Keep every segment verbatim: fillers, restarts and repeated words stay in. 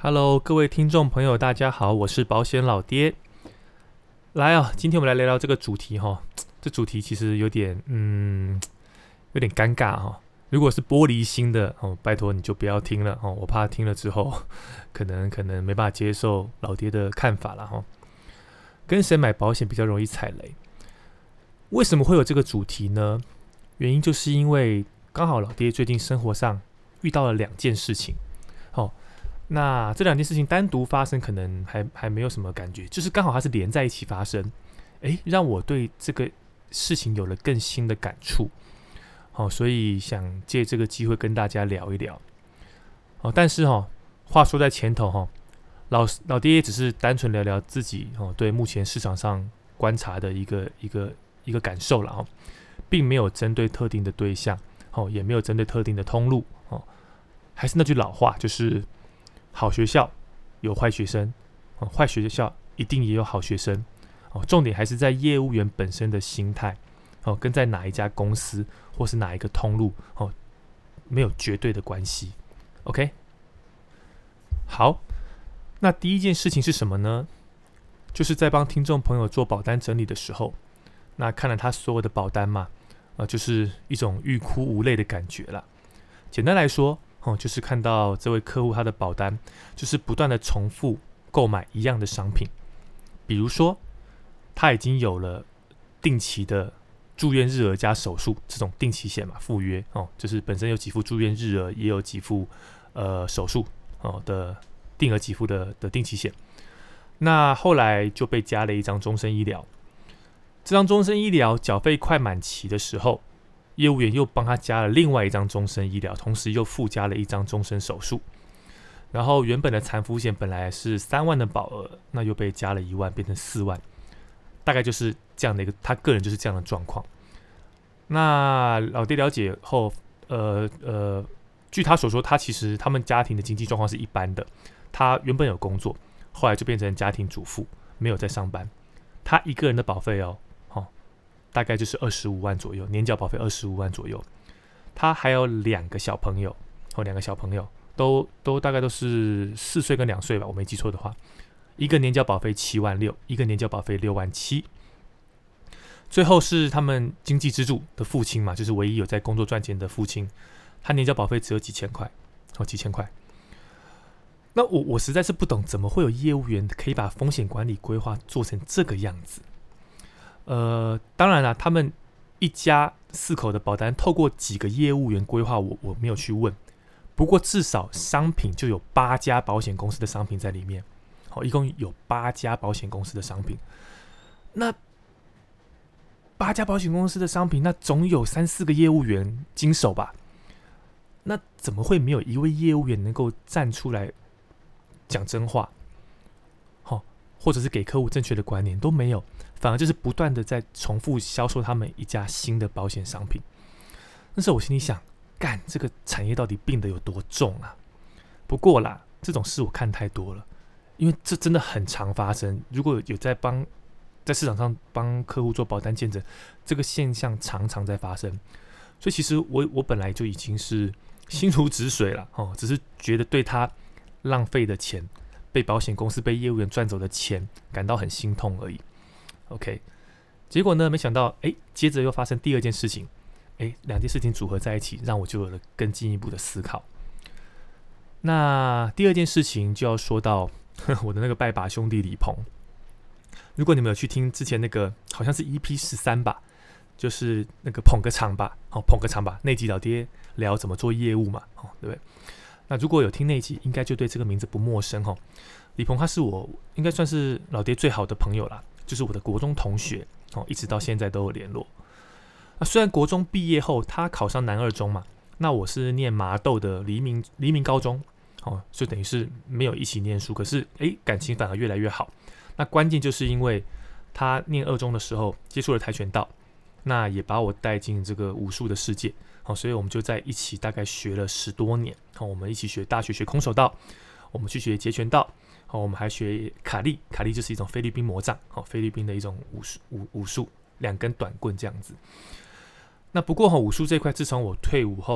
Hello，各位听众朋友，大家好，我是保险老爹。来啊，今天我们来聊聊这个主题哈。这主题其实有点，嗯，有点尴尬哈。如果是玻璃心的哦，拜托你就不要听了哦，我怕听了之后，可能可能没办法接受老爹的看法了哈。跟谁买保险比较容易踩雷？为什么会有这个主题呢？原因就是因为刚好老爹最近生活上遇到了两件事情，哦。那这两件事情单独发生，可能还还没有什么感觉，就是刚好它是连在一起发生，诶，让我对这个事情有了更新的感触，好、哦，所以想借这个机会跟大家聊一聊，哦，但是哦，话说在前头哈、哦，老老爹也只是单纯聊聊自己哦对目前市场上观察的一个一个一个感受了哦，并没有针对特定的对象，哦，也没有针对特定的通路哦，还是那句老话，就是。好学校有坏学生，哦、坏学校一定也有好学生、哦。重点还是在业务员本身的心态，哦，跟在哪一家公司或是哪一个通路，哦，没有绝对的关系。OK， 好，那第一件事情是什么呢？就是在帮听众朋友做保单整理的时候，那看了他所有的保单嘛，呃，就是一种欲哭无泪的感觉啦。简单来说。哦，就是看到这位客户他的保单，就是不断的重复购买一样的商品，比如说他已经有了定期的住院日额加手术这种定期险嘛，附约哦，就是本身有给付住院日额，也有给付呃手术哦的定额给付的的定期险。那后来就被加了一张终身医疗，这张终身医疗缴费快满期的时候。业务员又帮他加了另外一张终身医疗，同时又附加了一张终身手术。然后原本的残服险本来是三万的保额，那又被加了一万，变成四万，大概就是这样的一个，他个人就是这样的状况。那老爹了解后，呃呃，据他所说，他其实他们家庭的经济状况是一般的，他原本有工作，后来就变成家庭主妇，没有在上班。他一个人的保费哦。大概就是二十五万左右，年缴保费二十五万左右。他还有两个小朋友，哦，两个小朋友都都大概都是四岁跟两岁吧，我没记错的话。一个年缴保费七万六，一个年缴保费六万七。最后是他们经济支柱的父亲嘛，就是唯一有在工作赚钱的父亲，他年缴保费只有几千块，哦，几千块。那我我实在是不懂，怎么会有业务员可以把风险管理规划做成这个样子？呃，当然啦，他们一家四口的保单透过几个业务员规划我，我没有去问。不过至少商品就有八家保险公司的商品在里面，好、哦，一共有八家保险公司的商品。那八家保险公司的商品，那总有三四个业务员经手吧？那怎么会没有一位业务员能够站出来讲真话？好、哦，或者是给客户正确的观念都没有。反而就是不断的在重复销售他们一家新的保险商品。那时候我心里想，干，这个产业到底病得有多重啊？不过啦，这种事我看太多了，因为这真的很常发生。如果有在帮在市场上帮客户做保单见证，这个现象常常在发生。所以其实我我本来就已经是心如止水了哦，只是觉得对他浪费的钱，被保险公司被业务员赚走的钱感到很心痛而已。OK， 结果呢？没想到，哎，接着又发生第二件事情，哎，两件事情组合在一起，让我就有了更进一步的思考。那第二件事情就要说到呵我的那个拜把兄弟李鹏。如果你们有去听之前那个，好像是 E P 十三吧，就是那个捧个场吧，好、哦、捧个场吧，那集老爹聊怎么做业务嘛，哦，对不对？那如果有听那集，应该就对这个名字不陌生哦。李鹏他是我应该算是老爹最好的朋友啦。就是我的国中同学、哦、一直到现在都有联络。那虽然国中毕业后他考上南二中嘛，那我是念麻豆的黎明黎明高中，哦，就等于是没有一起念书，可是诶感情反而越来越好。那关键就是因为他念二中的时候接触了跆拳道，那也把我带进这个武术的世界，哦，所以我们就在一起大概学了十多年。哦，我们一起学大学学空手道，我们去学截拳道。哦，我们还学卡利，卡利就是一种菲律宾魔杖，哦，菲律宾的一种武术，武武术，两根短棍这样子。那不过哈、哦，武术这块，自从我退伍后，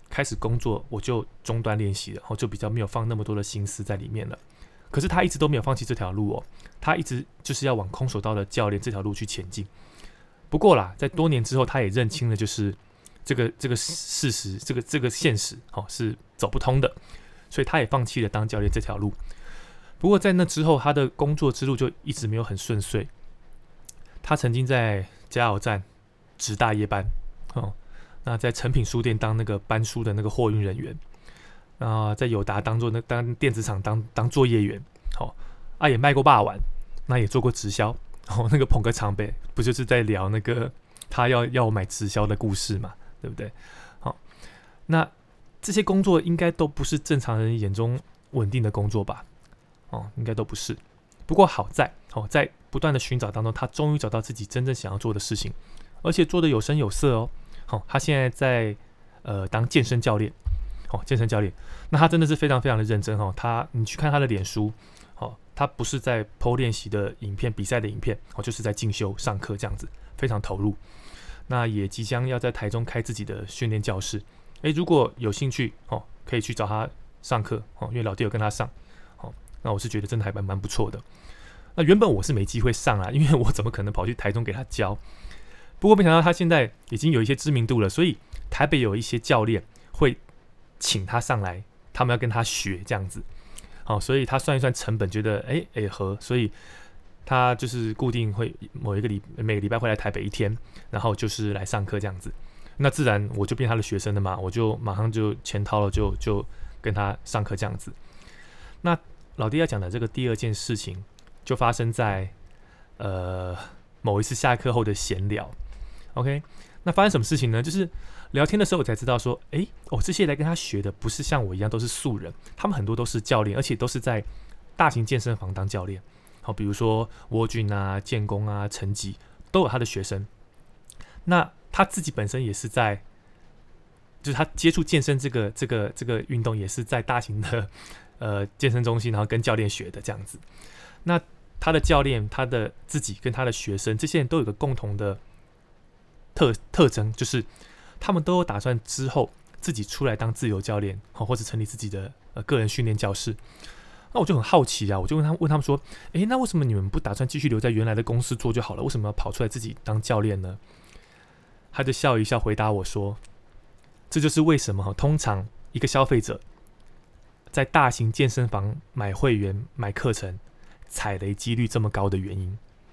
开始工作我就中断练习了，就比较没有放那么多的心思在里面了。可是他一直都没有放弃这条路哦，他一直就是要往空手道的教练这条路去前进。不过啦，在多年之后，他也认清了就是这个这个事实，这个这个现实哦是走不通的，所以他也放弃了当教练这条路。不过在那之后，他的工作之路就一直没有很顺遂。他曾经在加油站值大夜班哦，那在诚品书店当那个搬书的那个货运人员。啊，在友达当做那当电子厂当当作业员，好、哦，啊也卖过霸碗，那也做过直销，哦，那个捧个场呗，不就是在聊那个他要要我买直销的故事嘛，对不对？好、哦，那这些工作应该都不是正常人眼中稳定的工作吧？哦，应该都不是。不过好在，哦，在不断的寻找当中，他终于找到自己真正想要做的事情，而且做得有声有色哦。好、哦，他现在在呃当健身教练。哦，健身教练，那他真的是非常非常的认真哦。他，你去看他的脸书，哦，他不是在 po 练习的影片、比赛的影片，哦，就是在进修上课这样子，非常投入。那也即将要在台中开自己的训练教室。诶，如果有兴趣哦，可以去找他上课哦，因为老弟有跟他上。哦，那我是觉得真的还蛮蛮不错的。那原本我是没机会上啦，因为我怎么可能跑去台中给他教？不过没想到他现在已经有一些知名度了，所以台北有一些教练会请他上来，他们要跟他学这样子，好、哦，所以他算一算成本，觉得哎哎合，所以他就是固定会某一个礼每个礼拜会来台北一天，然后就是来上课这样子。那自然我就变他的学生了嘛，我就马上就钱掏了就，就就跟他上课这样子。那老弟要讲的这个第二件事情，就发生在呃某一次下课后的闲聊。OK， 那发生什么事情呢？就是聊天的时候我才知道说，哎，哦，这些来跟他学的不是像我一样都是素人，他们很多都是教练，而且都是在大型健身房当教练。好，比如说沃俊啊、建工啊、陈吉都有他的学生。那他自己本身也是在，就是他接触健身这个这个这个运动，也是在大型的呃健身中心，然后跟教练学的这样子。那他的教练、他的自己跟他的学生，这些人都有个共同的特特征，就是他们都有打算之后自己出来当自由教练，或者成立自己的呃个人训练教室。那我就很好奇啊，我就问他问他们说，诶，那为什么你们不打算继续留在原来的公司做就好了？为什么要跑出来自己当教练呢？他就笑一笑回答我说，这就是为什么通常一个消费者在大型健身房买会员买课程踩雷几率这么高的原因。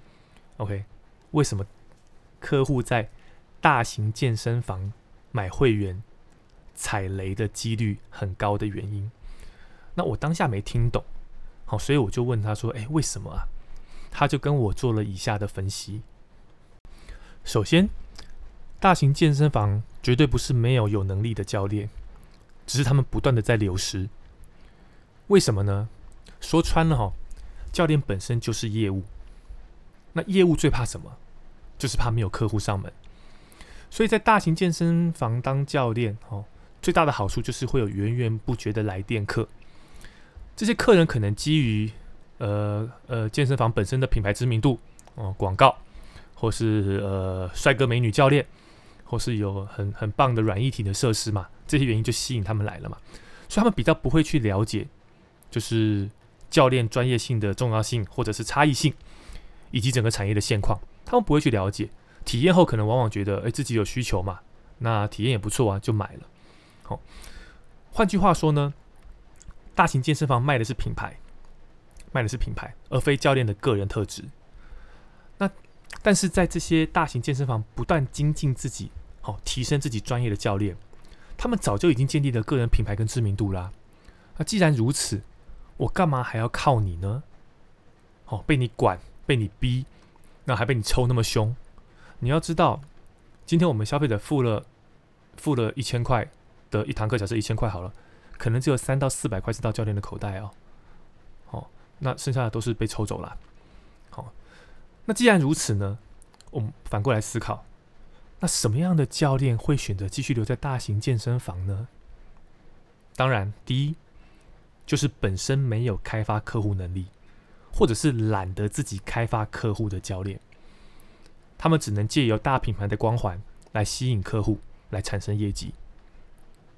OK， 为什么客户在大型健身房买会员踩雷的几率很高的原因？那我当下没听懂，好，所以我就问他说，诶，为什么啊？他就跟我做了以下的分析。首先，大型健身房绝对不是没有有能力的教练，只是他们不断的在流失。为什么呢？说穿了，教练本身就是业务，那业务最怕什么？就是怕没有客户上门。所以在大型健身房当教练，最大的好处就是会有源源不绝的来电客。这些客人可能基于呃呃健身房本身的品牌知名度、哦、广告，或是呃帅哥美女教练，或是有很很棒的软硬体的设施嘛，这些原因就吸引他们来了嘛。所以他们比较不会去了解，就是教练专业性的重要性或者是差异性，以及整个产业的现况，他们不会去了解。体验后可能往往觉得，哎，自己有需求嘛，那体验也不错啊，就买了。好，换句话说呢，大型健身房卖的是品牌，卖的是品牌，而非教练的个人特质。那但是在这些大型健身房不断精进自己，好提升自己专业的教练，他们早就已经建立了个人品牌跟知名度啦。那既然如此，我干嘛还要靠你呢？哦，被你管，被你逼，那还被你抽那么凶。你要知道，今天我们消费者付了付了一千块的一堂课，假设一千块好了，可能只有三到四百块是到教练的口袋哦。哦，那剩下的都是被抽走了。好、哦，那既然如此呢，我们反过来思考，那什么样的教练会选择继续留在大型健身房呢？当然，第一就是本身没有开发客户能力，或者是懒得自己开发客户的教练。他们只能借由大品牌的光环来吸引客户，来产生业绩。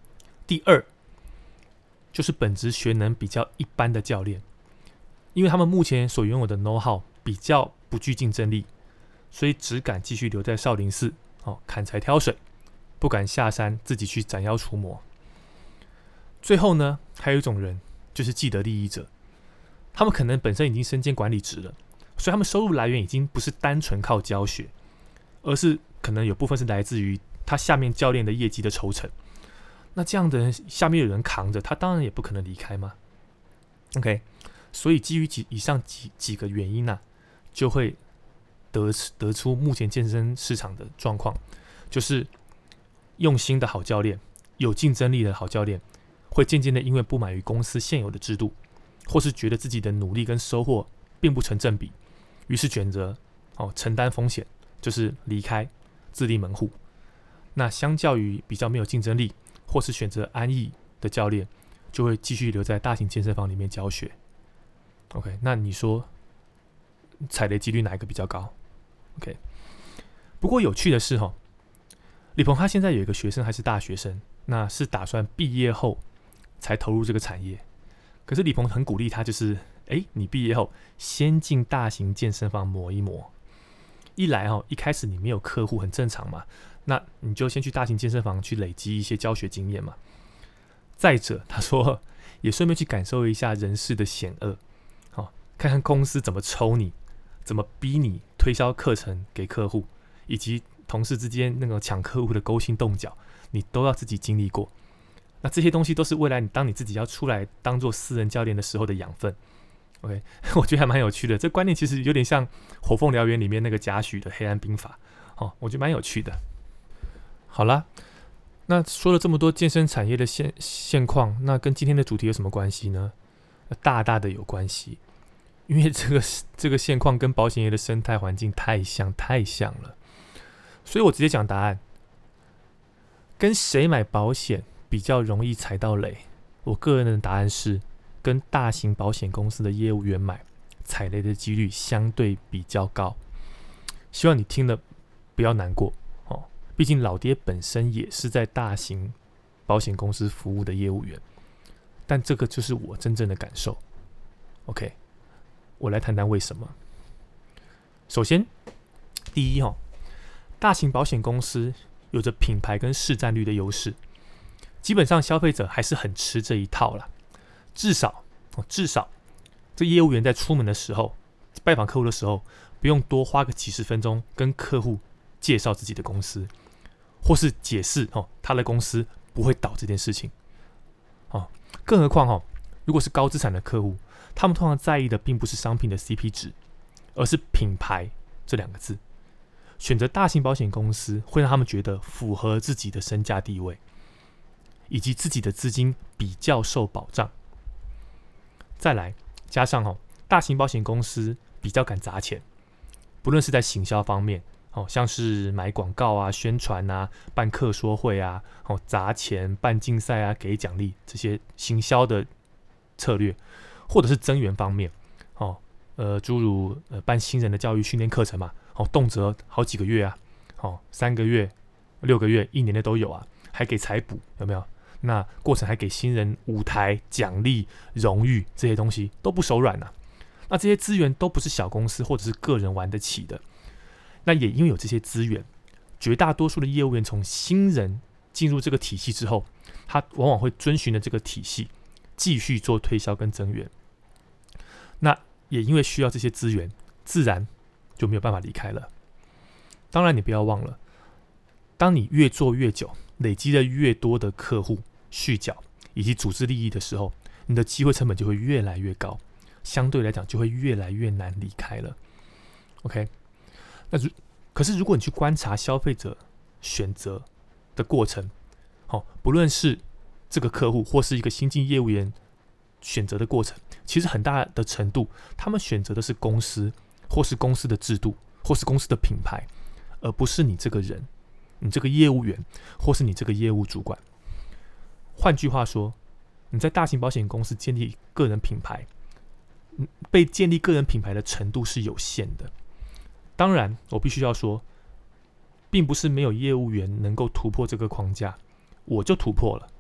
第二，就是本职学能比较一般的教练，因为他们目前所拥有的 know how 比较不具竞争力，所以只敢继续留在少林寺，哦，砍柴挑水，不敢下山自己去斩妖除魔。最后呢，还有一种人，就是既得利益者，他们可能本身已经身兼管理职了，所以他们收入来源已经不是单纯靠教学，而是可能有部分是来自于他下面教练的业绩的抽成。那这样的人下面有人扛着，他当然也不可能离开嘛。OK， 所以基于以上 几, 几个原因啊，就会 得, 得出目前健身市场的状况，就是用心的好教练，有竞争力的好教练，会渐渐的因为不满于公司现有的制度，或是觉得自己的努力跟收获并不成正比，于是选择、哦、承担风险，就是离开，自立门户。那相较于比较没有竞争力或是选择安逸的教练，就会继续留在大型健身房里面教学。OK， 那你说踩雷几率哪一个比较高 ？OK， 不过有趣的是哈，李鹏他现在有一个学生还是大学生，那是打算毕业后才投入这个产业。可是李鹏很鼓励他，就是哎，你毕业后先进大型健身房磨一磨。一来哈，一开始你没有客户很正常嘛，那你就先去大型健身房去累积一些教学经验嘛。再者，他说也顺便去感受一下人事的险恶，哦，看看公司怎么抽你，怎么逼你推销课程给客户，以及同事之间那个抢客户的勾心斗角，你都要自己经历过。那这些东西都是未来你当你自己要出来当做私人教练的时候的养分。OK， 我觉得还蛮有趣的，这观念其实有点像《火凤燎原》里面那个贾诩的黑暗兵法，哦，我觉得蛮有趣的。好啦，那说了这么多健身产业的 现, 现况，那跟今天的主题有什么关系呢？大大的有关系，因为这个这个现况跟保险业的生态环境太像太像了，所以我直接讲答案。跟谁买保险比较容易踩到雷？我个人的答案是，跟大型保险公司的业务员买，踩雷的几率相对比较高。希望你听了不要难过哦，毕竟老爹本身也是在大型保险公司服务的业务员，但这个就是我真正的感受。OK， 我来谈谈为什么。首先，第一、哦、大型保险公司有着品牌跟市占率的优势，基本上消费者还是很吃这一套啦。至少，至少，这业务员在出门的时候，拜访客户的时候，不用多花个几十分钟跟客户介绍自己的公司，或是解释、哦、他的公司不会倒这件事情。哦、更何况、哦、如果是高资产的客户，他们通常在意的并不是商品的 C P 值，而是品牌这两个字。选择大型保险公司会让他们觉得符合自己的身价地位，以及自己的资金比较受保障。再来，加上、哦、大型保险公司比较敢砸钱，不论是在行销方面，哦、像是买广告啊、宣传啊、办课说会啊、哦、砸钱、办竞赛啊、给奖励这些行销的策略，或者是增援方面，哦呃、诸如、呃、办新人的教育训练课程嘛，哦、动辄好几个月啊，哦、三个月、六个月、一年的都有啊，还给财补，有没有？那过程还给新人舞台、奖励、荣誉，这些东西都不手软啊。那这些资源都不是小公司或者是个人玩得起的。那也因为有这些资源，绝大多数的业务员从新人进入这个体系之后，他往往会遵循着这个体系，继续做推销跟增援。那也因为需要这些资源，自然就没有办法离开了。当然，你不要忘了，当你越做越久，累积了越多的客户、续缴以及组织利益的时候，你的机会成本就会越来越高，相对来讲就会越来越难离开了。OK， 那可是如果你去观察消费者选择的过程，哦、不论是这个客户或是一个新进业务员选择的过程，其实很大的程度，他们选择的是公司，或是公司的制度，或是公司的品牌，而不是你这个人。你这个业务员，或是你这个业务主管。换句话说，你在大型保险公司建立个人品牌，被建立个人品牌的程度是有限的。当然，我必须要说，并不是没有业务员能够突破这个框架，我就突破了。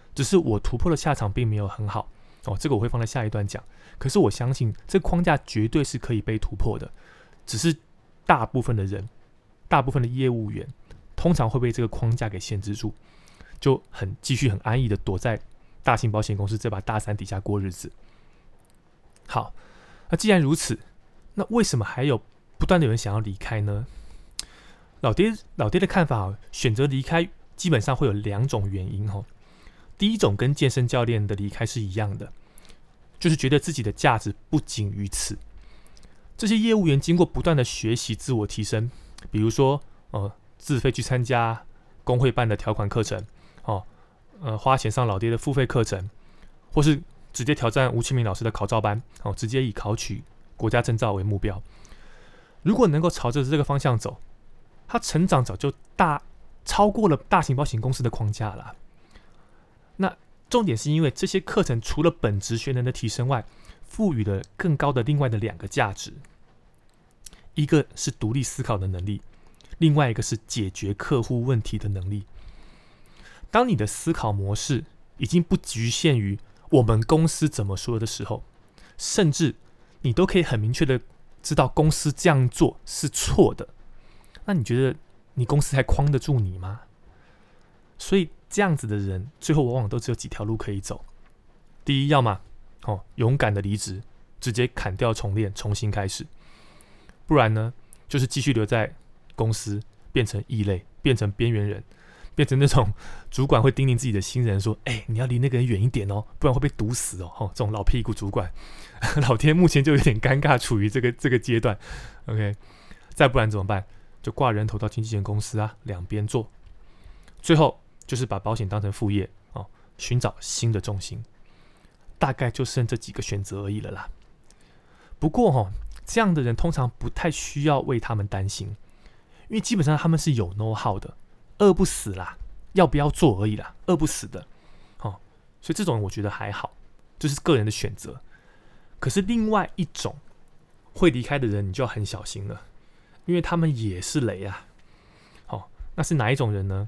只是我突破的下场并没有很好哦，这个我会放在下一段讲。可是我相信这个框架绝对是可以被突破的，只是大部分的人，大部分的业务员通常会被这个框架给限制住，就很继续很安逸的躲在大型保险公司这把大山底下过日子。好，那既然如此，那为什么还有不断的有人想要离开呢？老爹老爹的看法，选择离开基本上会有两种原因。第一种跟健身教练的离开是一样的，就是觉得自己的价值不仅于此。这些业务员经过不断的学习自我提升，比如说呃自费去参加工会办的条款课程，哦呃花钱上老爹的付费课程，或是直接挑战吴清明老师的考照班，哦直接以考取国家证照为目标。如果能够朝着这个方向走，他成长早就大超过了大型保险公司的框架了。那重点是因为这些课程除了本职学能的提升外，赋予了更高的另外的两个价值，一个是独立思考的能力，另外一个是解决客户问题的能力。当你的思考模式已经不局限于我们公司怎么说的时候，甚至你都可以很明确的知道公司这样做是错的，那你觉得你公司还框得住你吗？所以这样子的人最后往往都只有几条路可以走。第一，要么、哦、勇敢的离职，直接砍掉重练，重新开始；不然呢，就是继续留在公司，变成异类，变成边缘人，变成那种主管会叮咛自己的新人说：“哎、欸，你要离那个人远一点哦，不然会被毒死哦。哦”这种老屁股主管，老天目前就有点尴尬，处于这个这个阶段。OK， 再不然怎么办？就挂人头到经纪人公司啊，两边做。最后就是把保险当成副业哦，寻找新的重心。大概就剩这几个选择而已了啦。不过哦，这样的人通常不太需要为他们担心，因为基本上他们是有 know how 的，饿不死啦，要不要做而已啦，饿不死的。哦，所以这种我觉得还好，就是个人的选择。可是另外一种会离开的人，你就要很小心了，因为他们也是雷啊。哦，那是哪一种人呢？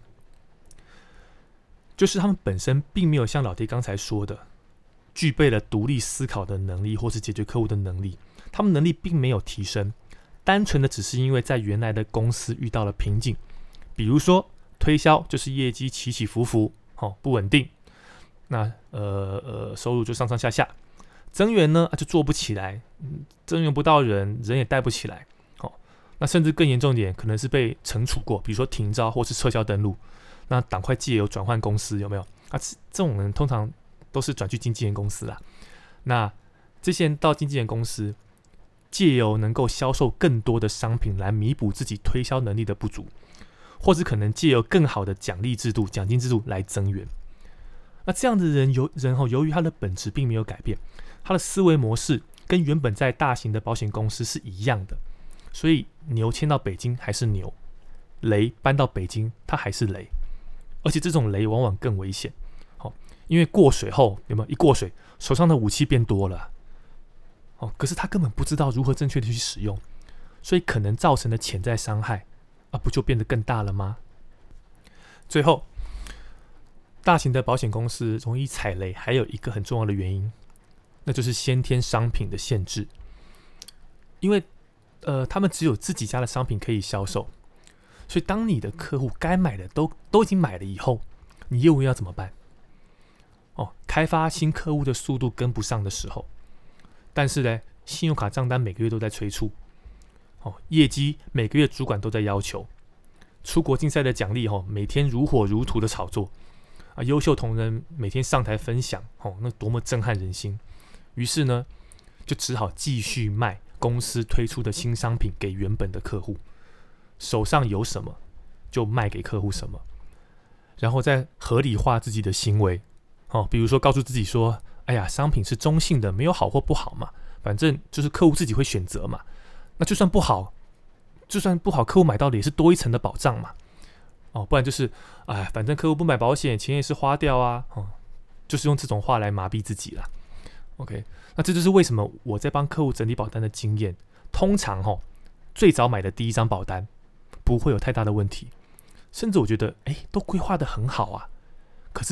就是他们本身并没有像老爹刚才说的，具备了独立思考的能力，或是解决客户的能力，他们能力并没有提升，单纯的只是因为在原来的公司遇到了瓶颈，比如说推销就是业绩起起伏伏，哦，不稳定，那呃呃收入就上上下下，增援呢、啊、就做不起来，嗯，增援不到人，人也带不起来，哦，那甚至更严重点，可能是被惩处过，比如说停招或是撤销登录。那赶快借由转换公司有没有啊？这种人通常都是转去经纪人公司啦。那这些人到经纪人公司，借由能够销售更多的商品来弥补自己推销能力的不足，或是可能借由更好的奖励制度、奖金制度来增援。那这样的人由人哦，由于他的本质并没有改变，他的思维模式跟原本在大型的保险公司是一样的，所以牛迁到北京还是牛，雷搬到北京它还是雷。而且这种雷往往更危险，哦，因为过水后有没有一过水，手上的武器变多了，哦，可是他根本不知道如何正确的去使用，所以可能造成的潜在伤害啊，不就变得更大了吗？最后，大型的保险公司容易踩雷，还有一个很重要的原因，那就是先天商品的限制，因为呃，他们只有自己家的商品可以销售。所以，当你的客户该买的都都已经买了以后，你业务员要怎么办？哦，开发新客户的速度跟不上的时候，但是呢，信用卡账单每个月都在催促，哦，业绩每个月主管都在要求，出国竞赛的奖励哦，每天如火如荼的炒作啊，优秀同仁每天上台分享，哦，那多么震撼人心！于是呢，就只好继续卖公司推出的新商品给原本的客户。手上有什么就卖给客户什么，然后再合理化自己的行为，哦，比如说告诉自己说：“哎呀，商品是中性的，没有好或不好嘛，反正就是客户自己会选择嘛。那就算不好，就算不好，客户买到的也是多一层的保障嘛。哦，不然就是哎，反正客户不买保险，钱也是花掉啊。哦，就是用这种话来麻痹自己啦。OK， 那这就是为什么我在帮客户整理保单的经验，通常哦，最早买的第一张保单。不会有太大的问题，甚至我觉得，哎，都规划得很好啊。可是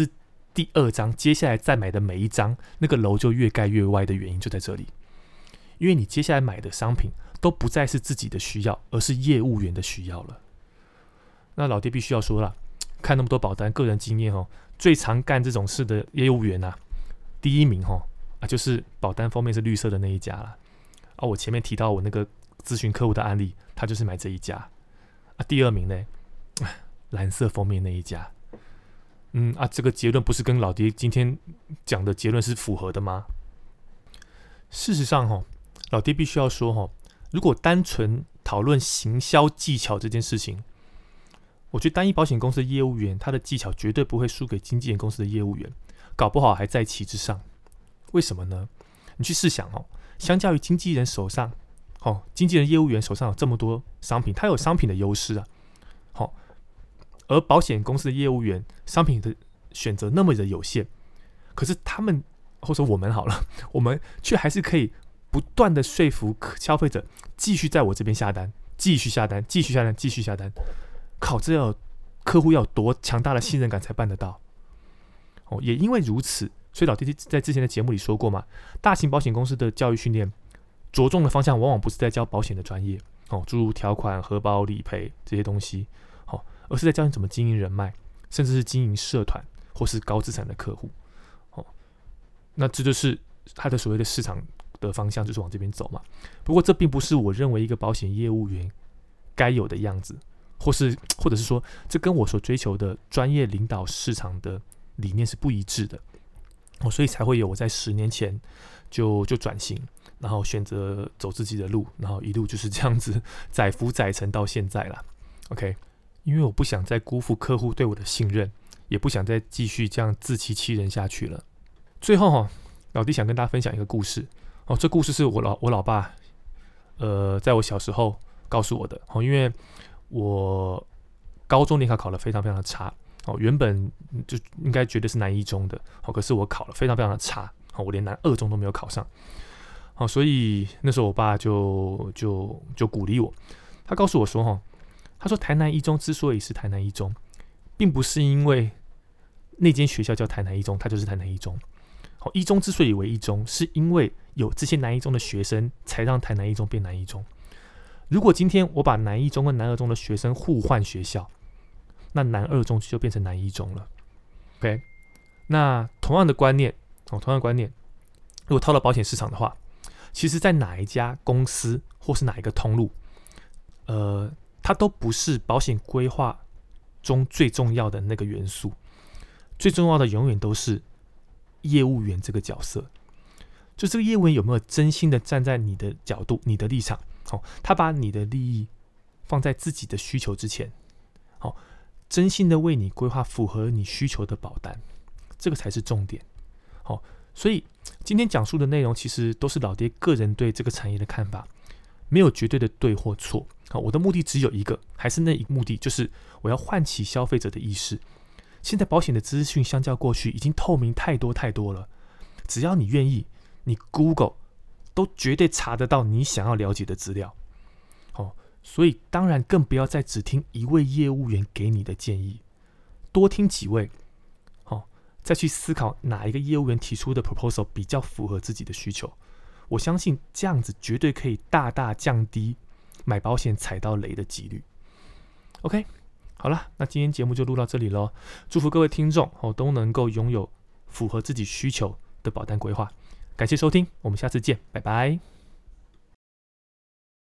第二章接下来再买的每一章，那个楼就越盖越歪的原因就在这里。因为你接下来买的商品都不再是自己的需要，而是业务员的需要了。那老爹必须要说了，看那么多保单，个人经验哦，最常干这种事的业务员啊，第一名哦啊就是保单封面是绿色的那一家啦。啊，我前面提到我那个咨询客户的案例，他就是买这一家。啊，第二名呢，蓝色封面那一家。嗯啊，这个结论不是跟老爹今天讲的结论是符合的吗？事实上哦，老爹必须要说哦，如果单纯讨论行销技巧这件事情，我觉得单一保险公司的业务员他的技巧绝对不会输给经纪人公司的业务员，搞不好还在其之上。为什么呢？你去试想哦，相较于经纪人手上，哦，经纪人业务员手上有这么多商品，他有商品的优势啊，好、哦，而保险公司的业务员商品的选择那么的有限，可是他们或者说我们好了，我们却还是可以不断的说服消费者继续在我这边下单，继续下单，继续下单，继续下单。靠，这要客户要有多强大的信任感才办得到。哦，也因为如此，所以老弟在之前的节目里说过嘛，大型保险公司的教育训练着重的方向往往不是在教保险的专业，哦，诸如条款、核保、理赔这些东西，哦，而是在教你怎么经营人脉，甚至是经营社团或是高资产的客户。哦，那这就是他的所谓的市场的方向，就是往这边走嘛。不过这并不是我认为一个保险业务员该有的样子。或是或者是说，这跟我所追求的专业领导市场的理念是不一致的，哦，所以才会有我在十年前就就转型，然后选择走自己的路，然后一路就是这样子载浮载沉到现在啦。OK， 因为我不想再辜负客户对我的信任，也不想再继续这样自欺欺人下去了。最后哈，老弟想跟大家分享一个故事哦，这故事是我老我老爸呃在我小时候告诉我的哦，因为我高中联考考得非常非常的差，哦，原本就应该绝对是南一中的，哦，可是我考得非常非常的差，哦，我连南二中都没有考上，哦，所以那时候我爸就就就鼓励我，他告诉我说，哈，他说台南一中之所以是台南一中，并不是因为那间学校叫台南一中，它就是台南一中，哦，一中之所以为一中，是因为有这些南一中的学生，才让台南一中变南一中。如果今天我把南一中跟南二中的学生互换学校，那南二中就变成南一中了。OK， 那同样的观念，哦，同样的观念，如果套到保险市场的话，其实在哪一家公司或是哪一个通路，呃，它都不是保险规划中最重要的那个元素，最重要的永远都是业务员这个角色。就这个业务员有没有真心的站在你的角度、你的立场？哦，他把你的利益放在自己的需求之前，哦，真心的为你规划符合你需求的保单，这个才是重点。哦，所以今天讲述的内容其实都是老爹个人对这个产业的看法，没有绝对的对或错。哦，我的目的只有一个，还是那一个目的，就是我要唤起消费者的意识。现在保险的资讯相较过去已经透明太多太多了，只要你愿意，你 Google都绝对查得到你想要了解的资料，哦，所以当然更不要再只听一位业务员给你的建议，多听几位，哦，再去思考哪一个业务员提出的 proposal 比较符合自己的需求。我相信这样子绝对可以大大降低买保险踩到雷的几率。OK， 好了，那今天节目就录到这里咯，祝福各位听众，哦，都能够拥有符合自己需求的保单规划。感谢收听，我们下次见，拜拜。